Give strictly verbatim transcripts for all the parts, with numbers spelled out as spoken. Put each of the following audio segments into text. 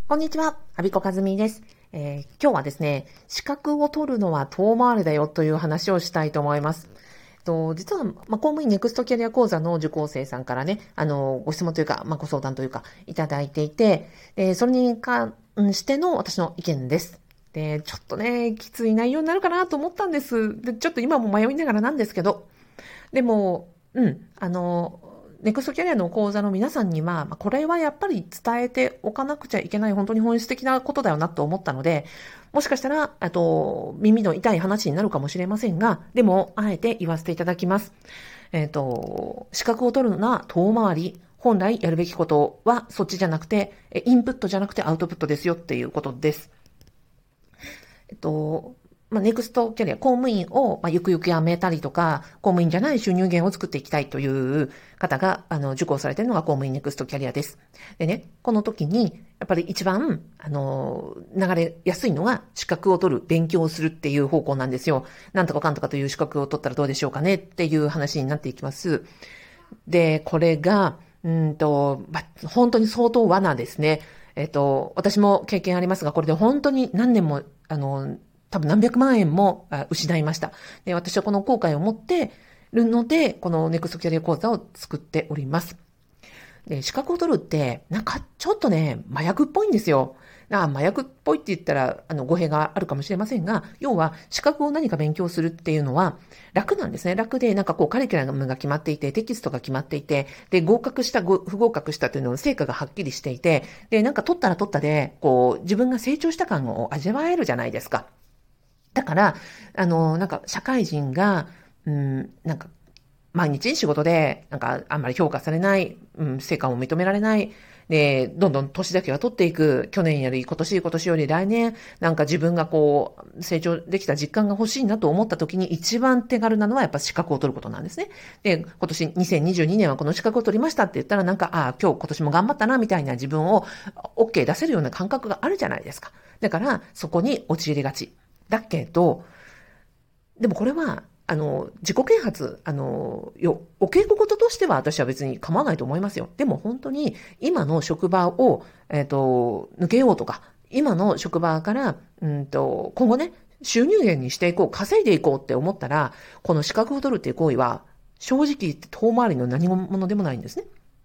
こんにちは、アビコカズミです、えー。今日はですね、資格を取るのは遠回りだよという話をしたいと思います。と実は、まあ、公務員ネクストキャリア講座の受講生さんからね、あの、ご質問というか、まあ、ご相談というか、いただいていて、でそれに関しての私の意見です。で、ちょっとね、きつい内容になるかなと思ったんです。で、ちょっと今も迷いながらなんですけど、でも、うん、あの、ネクストキャリアの講座の皆さんには、これはやっぱり伝えておかなくちゃいけない本当に本質的なことだよなと思ったので、もしかしたら、あと、耳の痛い話になるかもしれませんが、でも、あえて言わせていただきます。えっと、資格を取るのは遠回り、本来やるべきことはそっちじゃなくて、インプットじゃなくてアウトプットですよっていうことです。えっと、まあ、ネクストキャリア、公務員を、まあ、ゆくゆく辞めたりとか、公務員じゃない収入源を作っていきたいという方が、あの、受講されているのが公務員ネクストキャリアです。でね、この時に、やっぱり一番、あの、流れやすいのが資格を取る、勉強をするっていう方向なんですよ。なんとかかんとかという資格を取ったらどうでしょうかねっていう話になっていきます。で、これが、うんと、ま、本当に相当罠ですね。えっと、私も経験ありますが、これで本当に何年も、あの、多分何百万円も失いました。で、私はこの後悔を持ってるので、このネクストキャリア講座を作っております。で、資格を取るって、なんかちょっとね、麻薬っぽいんですよ。あ麻薬っぽいって言ったら、あの、語弊があるかもしれませんが、要は、資格を何か勉強するっていうのは、楽なんですね。楽で、なんかこう、カリキュラムが決まっていて、テキストが決まっていて、で、合格した、不合格したというのの成果がはっきりしていて、で、なんか取ったら取ったで、こう、自分が成長した感を味わえるじゃないですか。だから、あの、なんか、社会人が、うん、なんか、毎日仕事で、なんか、あんまり評価されない、うん、成果も認められない、で、どんどん年だけは取っていく、去年より今年、今年より来年、なんか自分がこう、成長できた実感が欲しいなと思った時に一番手軽なのはやっぱ資格を取ることなんですね。で、今年にせんにじゅうにねんはこの資格を取りましたって言ったらなんか、ああ、今日今年も頑張ったな、みたいな自分を OK 出せるような感覚があるじゃないですか。だから、そこに陥りがち。だけど、でもこれは、あの、自己啓発、あの、よ、お稽古事としては私は別に構わないと思いますよ。でも本当に今の職場を、えっと、抜けようとか、今の職場から、うんと、今後ね、収入源にしていこう、稼いでいこうって思ったら、この資格を取るっていう行為は、正直言って遠回りの何者でもないんですね。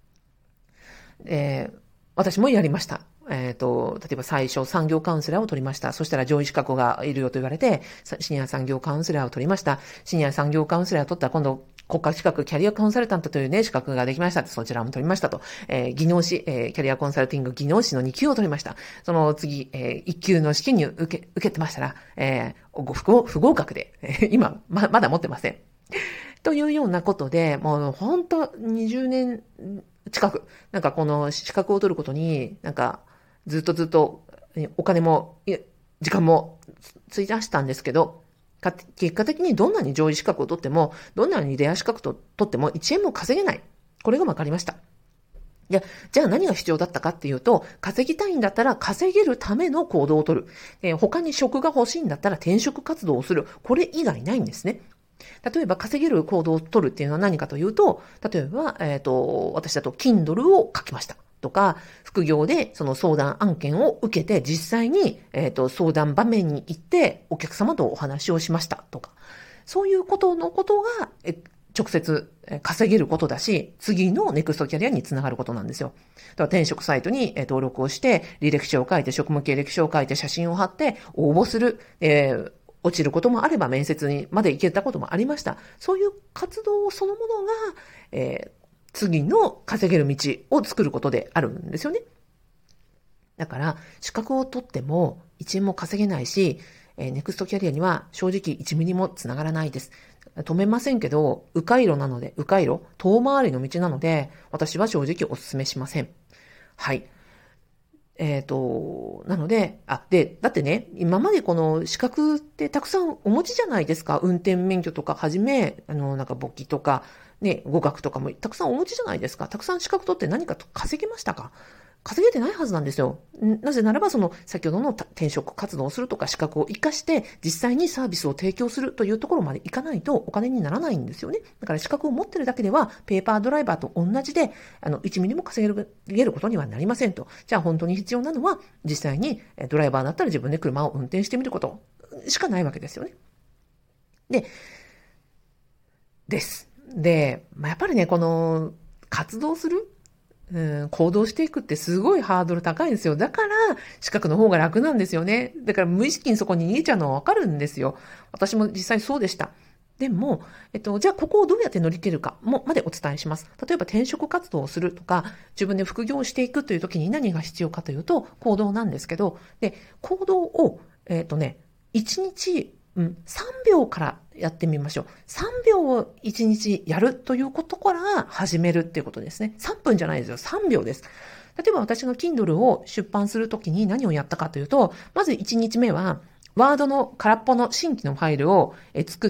えー、私もやりました。えっ、ー、と、例えば最初産業カウンセラーを取りました。そしたら上位資格がいるよと言われて、シニア産業カウンセラーを取りました。シニア産業カウンセラーを取ったら今度、国家資格キャリアコンサルタントというね、資格ができました。そちらも取りましたと。えー、技能士、えー、キャリアコンサルティング技能士のに級を取りました。その次、えー、いっ級の試験に受け、受けてましたら、えー、不合不合格で、今、ま、まだ持ってません。というようなことで、もう本当にじゅうねん近く、なんかこの資格を取ることに、なんかずっとずっとお金も時間も費やしたんですけど、結果的にどんなに上位資格を取っても、どんなにレア資格を取ってもいちえんも稼げない。これが分かりました。いや、じゃあ何が必要だったかっていうと、稼ぎたいんだったら稼げるための行動を取る。えー、他に職が欲しいんだったら転職活動をする。これ以外ないんですね。例えば稼げる行動を取るっていうのは何かというと、例えば、えっと、私だと Kindle を書きましたとか、副業でその相談案件を受けて実際に、えっと、相談場面に行ってお客様とお話をしましたとか、そういうことのことが、え直接稼げることだし、次のネクストキャリアにつながることなんですよ。だから転職サイトに登録をして、履歴書を書いて、職務経歴書を書いて、写真を貼って応募する。えー落ちることもあれば面接にまで行けたこともありました。そういう活動そのものが、えー、次の稼げる道を作ることであるんですよね。だから資格を取ってもいちえんも稼げないし、えー、ネクストキャリアには正直いちミリもつながらないです。止めませんけど、迂回路なので、迂回路、遠回りの道なので、私は正直お勧めしません。はい。えっと、なので、あ、で、だってね、今までこの資格ってたくさんお持ちじゃないですか。運転免許とかはじめ、あの、なんか簿記とか、ね、語学とかもたくさんお持ちじゃないですか。たくさん資格取って何かと稼げましたか？ 稼げてないはずなんですよ。なぜならば、その先ほどの転職活動をするとか資格を活かして実際にサービスを提供するというところまでいかないとお金にならないんですよね。だから資格を持ってるだけではペーパードライバーと同じで、あのいちミリも稼げることにはなりませんと。じゃあ本当に必要なのは実際にドライバーだったら自分で車を運転してみることしかないわけですよね。で、です。で、まあ、やっぱりね、この活動するうん、行動していくってすごいハードル高いんですよ。だから、資格の方が楽なんですよね。だから無意識にそこに逃げちゃうのはわかるんですよ。私も実際そうでした。でも、えっと、じゃあここをどうやって乗り切るかも、までお伝えします。例えば転職活動をするとか、自分で副業をしていくという時に何が必要かというと、行動なんですけど、で、行動を、えっとね、いちにち、うん、さんびょうからやってみましょう。さんびょうをいちにちやるということから始めるっていうことですね。さんぷんじゃないですよ。さんびょうです。例えば私が Kindle を出版するときに何をやったかというと、まずいちにちめは、ワードの空っぽの新規のファイルを作って、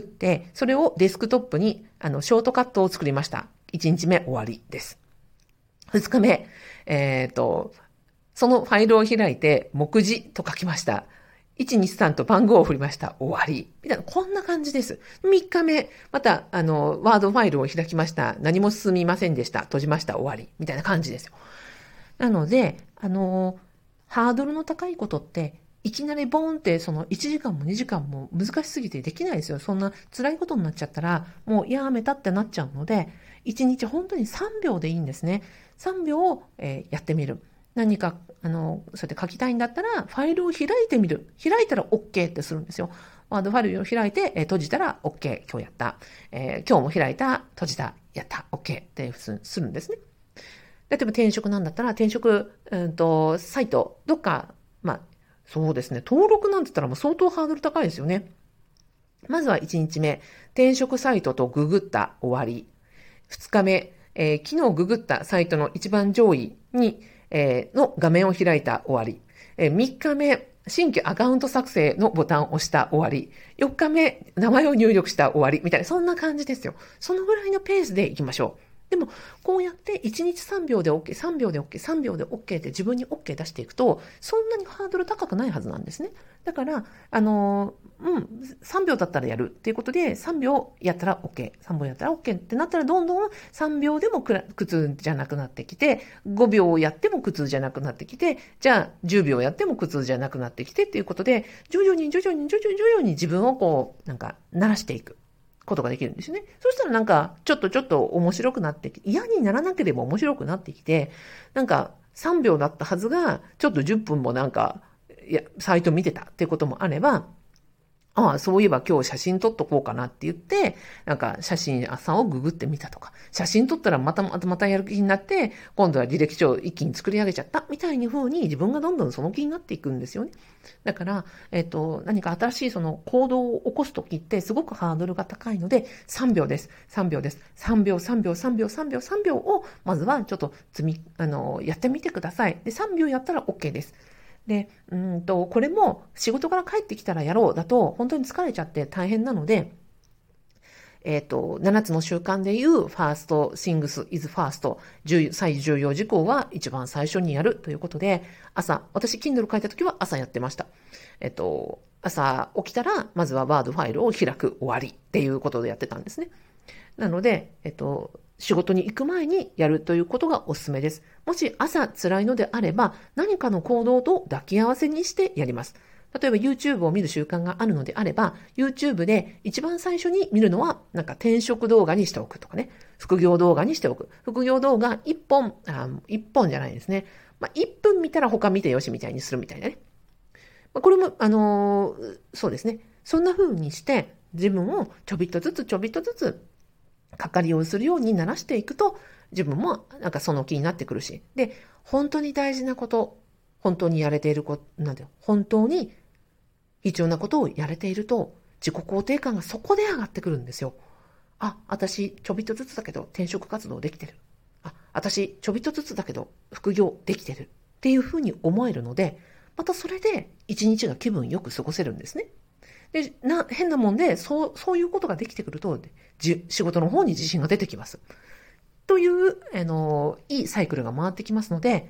それをデスクトップにあのショートカットを作りました。いちにちめ終わりです。ふつかめ、えっと、そのファイルを開いて、目次と書きました。いちにさんと番号を振りました。終わり。みたいな、こんな感じです。みっかめ、また、あの、ワードファイルを開きました。何も進みませんでした。閉じました。終わり。みたいな感じですよ。なので、あの、ハードルの高いことって、いきなりボーンってそのいちじかんもにじかんも難しすぎてできないですよ。そんな辛いことになっちゃったら、もうやめたってなっちゃうので、いちにち本当にさんびょうでいいんですね。さんびょうを、えー、やってみる。何か、あの、そうやって書きたいんだったら、ファイルを開いてみる。開いたら OK ってするんですよ。ワードファイルを開いて、えー、閉じたら OK。今日やった。えー、今日も開いた。閉じた。やった。OK ってするんですね。例えば転職なんだったら、転職、うんと、サイト、どっか、まあ、そうですね。登録なんて言ったらもう相当ハードル高いですよね。まずはいちにちめ、転職サイトとググった終わり。ふつかめ、えー、昨日ググったサイトの一番上位に、えー、の画面を開いた終わり。えー、みっかめ、新規アカウント作成のボタンを押した終わり。よっかめ、名前を入力した終わり。みたいな、そんな感じですよ。そのぐらいのペースでいきましょう。でも、こうやっていちにちさんびょうで OK、さんびょうで OK、さんびょうで OK って自分に OK 出していくと、そんなにハードル高くないはずなんですね。だから、あの、うん、さんびょうだったらやるっていうことで、さんびょうやったら OK、さんびょうやったら OK ってなったら、どんどんさんびょうでも苦痛じゃなくなってきて、ごびょうやっても苦痛じゃなくなってきて、じゃあじゅうびょうやっても苦痛じゃなくなってきてっていうことで、徐々に徐々に徐々に徐々に自分をこう、なんか、慣らしていくことができるんですよね。そしたらなんか、ちょっとちょっと面白くなってきて、嫌にならなければ面白くなってきて、なんかさんびょうだったはずが、ちょっとじゅっぷんもなんか、いや、サイト見てたっていうこともあれば、ああ、そういえば今日写真撮っとこうかなって言って、なんか写真朝をググってみたとか、写真撮ったらまたまたまたやる気になって、今度は履歴書を一気に作り上げちゃったみたいに風に自分がどんどんその気になっていくんですよね。だから、えっと、何か新しいその行動を起こすときってすごくハードルが高いので、さんびょうです。さんびょうです。さんびょう、さんびょう、さんびょう、さんびょう、さんびょうを、まずはちょっと積み、あの、やってみてください。で、さんびょうやったら OK です。で、うんと、これも仕事から帰ってきたらやろうだと、本当に疲れちゃって大変なので、えっと、ななつの習慣でいう、ファースト、シングス、イズファースト、最重要事項は一番最初にやるということで、朝、私、Kindle 書いたときは朝やってました。えっと、朝起きたら、まずはワードファイルを開く終わりっていうことでやってたんですね。なので、えっと、仕事に行く前にやるということがおすすめです。もし朝辛いのであれば、何かの行動と抱き合わせにしてやります。例えば YouTube を見る習慣があるのであれば、YouTube で一番最初に見るのは、なんか転職動画にしておくとかね、副業動画にしておく。副業動画いっぽん、あ、いっぽんじゃないですね。まあ、いっぷん見たら他見てよしみたいにするみたいなね。まあ、これも、あのー、そうですね。そんな風にして、自分をちょびっとずつちょびっとずつかかりをするようにならしていくと、自分もなんかその気になってくるし。で、本当に大事なこと、本当にやれていること、なんて、本当に必要なことをやれていると、自己肯定感がそこで上がってくるんですよ。あ、私ちょびっとずつだけど転職活動できてる。あ、私ちょびっとずつだけど副業できてるっていうふうに思えるので、またそれで一日が気分よく過ごせるんですね。で、な、変なもんで、そう、そういうことができてくると、じ仕事の方に自信が出てきます。という、あの、いいサイクルが回ってきますので、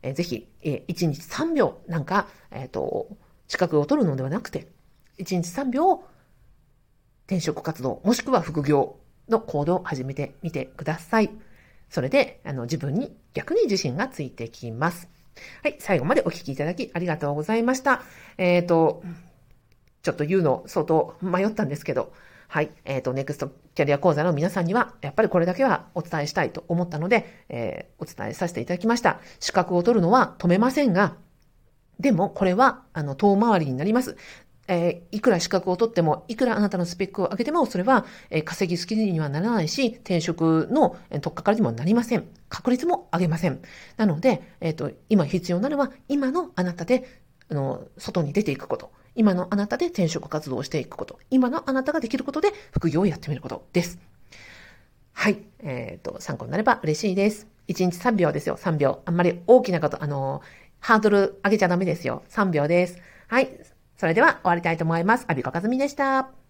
えー、ぜひ、えー、いちにちさんびょうなんか、えっと、資格を取るのではなくて、いちにちさんびょう転職活動、もしくは副業の行動を始めてみてください。それで、あの、自分に逆に自信がついてきます。はい、最後までお聞きいただきありがとうございました。えっと、ちょっと言うの相当迷ったんですけど、はい、えっと、ネクストキャリア講座の皆さんには、やっぱりこれだけはお伝えしたいと思ったので、えー、お伝えさせていただきました。資格を取るのは止めませんが、でもこれは、あの、遠回りになります。えー、いくら資格を取っても、いくらあなたのスペックを上げても、それは、えー、稼ぎスキルにはならないし、転職の取っかかりにもなりません。確率も上げません。なので、えっと、今必要なのは、今のあなたで、あの、外に出ていくこと。今のあなたで転職活動をしていくこと。今のあなたができることで、副業をやってみることです。はい。えっと、参考になれば嬉しいです。いちにちさんびょうですよ、さんびょう。あんまり大きなこと、あの、ハードル上げちゃダメですよ。さんびょうです。はい。それでは終わりたいと思います。アビコカズミでした。